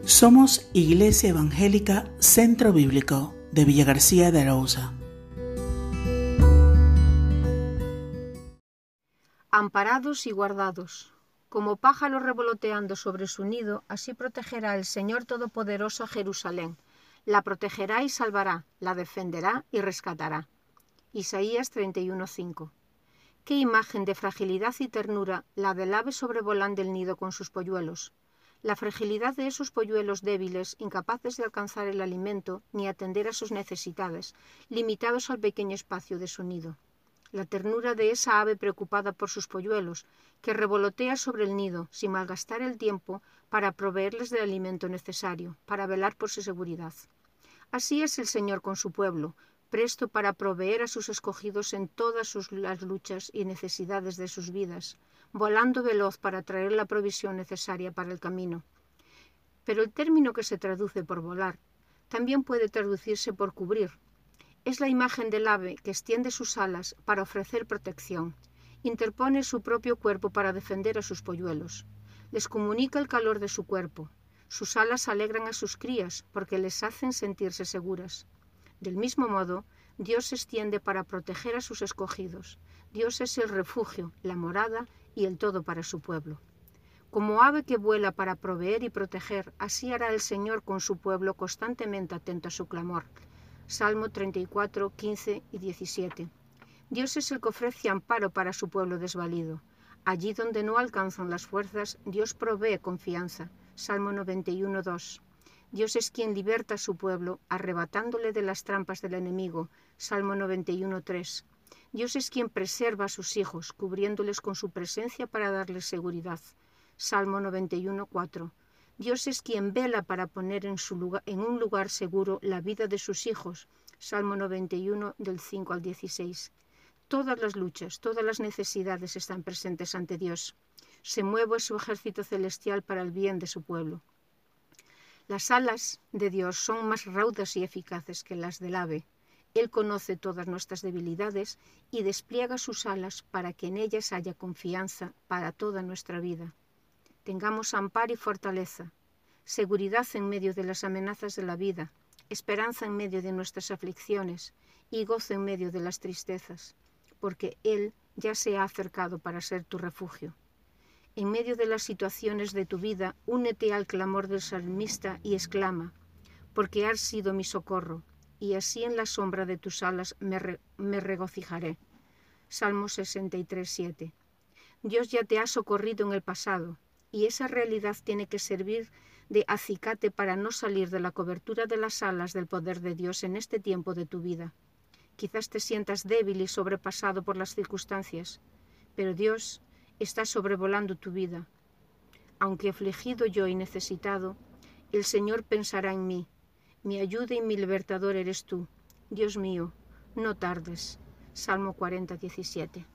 Somos Iglesia Evangélica Centro Bíblico de Villa García de Arousa. Amparados y guardados. Como pájaro revoloteando sobre su nido, así protegerá el Señor Todopoderoso a Jerusalén. La protegerá y salvará, la defenderá y rescatará. Isaías 31:5. Qué imagen de fragilidad y ternura la del ave sobrevolando el nido con sus polluelos. La fragilidad de esos polluelos débiles, incapaces de alcanzar el alimento ni atender a sus necesidades, limitados al pequeño espacio de su nido. La ternura de esa ave preocupada por sus polluelos, que revolotea sobre el nido sin malgastar el tiempo para proveerles del alimento necesario, para velar por su seguridad. Así es el Señor con su pueblo, presto para proveer a sus escogidos en todas las luchas y necesidades de sus vidas, volando veloz para traer la provisión necesaria para el camino. Pero el término que se traduce por volar también puede traducirse por cubrir. Es la imagen del ave que extiende sus alas para ofrecer protección, interpone su propio cuerpo para defender a sus polluelos, les comunica el calor de su cuerpo, sus alas alegran a sus crías porque les hacen sentirse seguras. Del mismo modo, Dios se extiende para proteger a sus escogidos. Dios es el refugio, la morada y el todo para su pueblo. Como ave que vuela para proveer y proteger, así hará el Señor con su pueblo constantemente atento a su clamor. Salmo 34, 15 y 17. Dios es el que ofrece amparo para su pueblo desvalido. Allí donde no alcanzan las fuerzas, Dios provee confianza. Salmo 91, 2. Dios es quien liberta a su pueblo, arrebatándole de las trampas del enemigo. Salmo 91, 3. Dios es quien preserva a sus hijos, cubriéndoles con su presencia para darles seguridad. Salmo 91, 4. Dios es quien vela para poner en un lugar seguro la vida de sus hijos. Salmo 91, del 5 al 16. Todas las luchas, todas las necesidades están presentes ante Dios. Se mueve su ejército celestial para el bien de su pueblo. Las alas de Dios son más raudas y eficaces que las del ave. Él conoce todas nuestras debilidades y despliega sus alas para que en ellas haya confianza para toda nuestra vida. Tengamos amparo y fortaleza, seguridad en medio de las amenazas de la vida, esperanza en medio de nuestras aflicciones y gozo en medio de las tristezas, porque Él ya se ha acercado para ser tu refugio. En medio de las situaciones de tu vida, únete al clamor del salmista y exclama, porque has sido mi socorro, y así en la sombra de tus alas me regocijaré. Salmo 63, 7. Dios ya te ha socorrido en el pasado, y esa realidad tiene que servir de acicate para no salir de la cobertura de las alas del poder de Dios en este tiempo de tu vida. Quizás te sientas débil y sobrepasado por las circunstancias, pero Dios está sobrevolando tu vida. Aunque afligido yo y necesitado, el Señor pensará en mí. Mi ayuda y mi libertador eres tú. Dios mío, no tardes. Salmo 40, 17.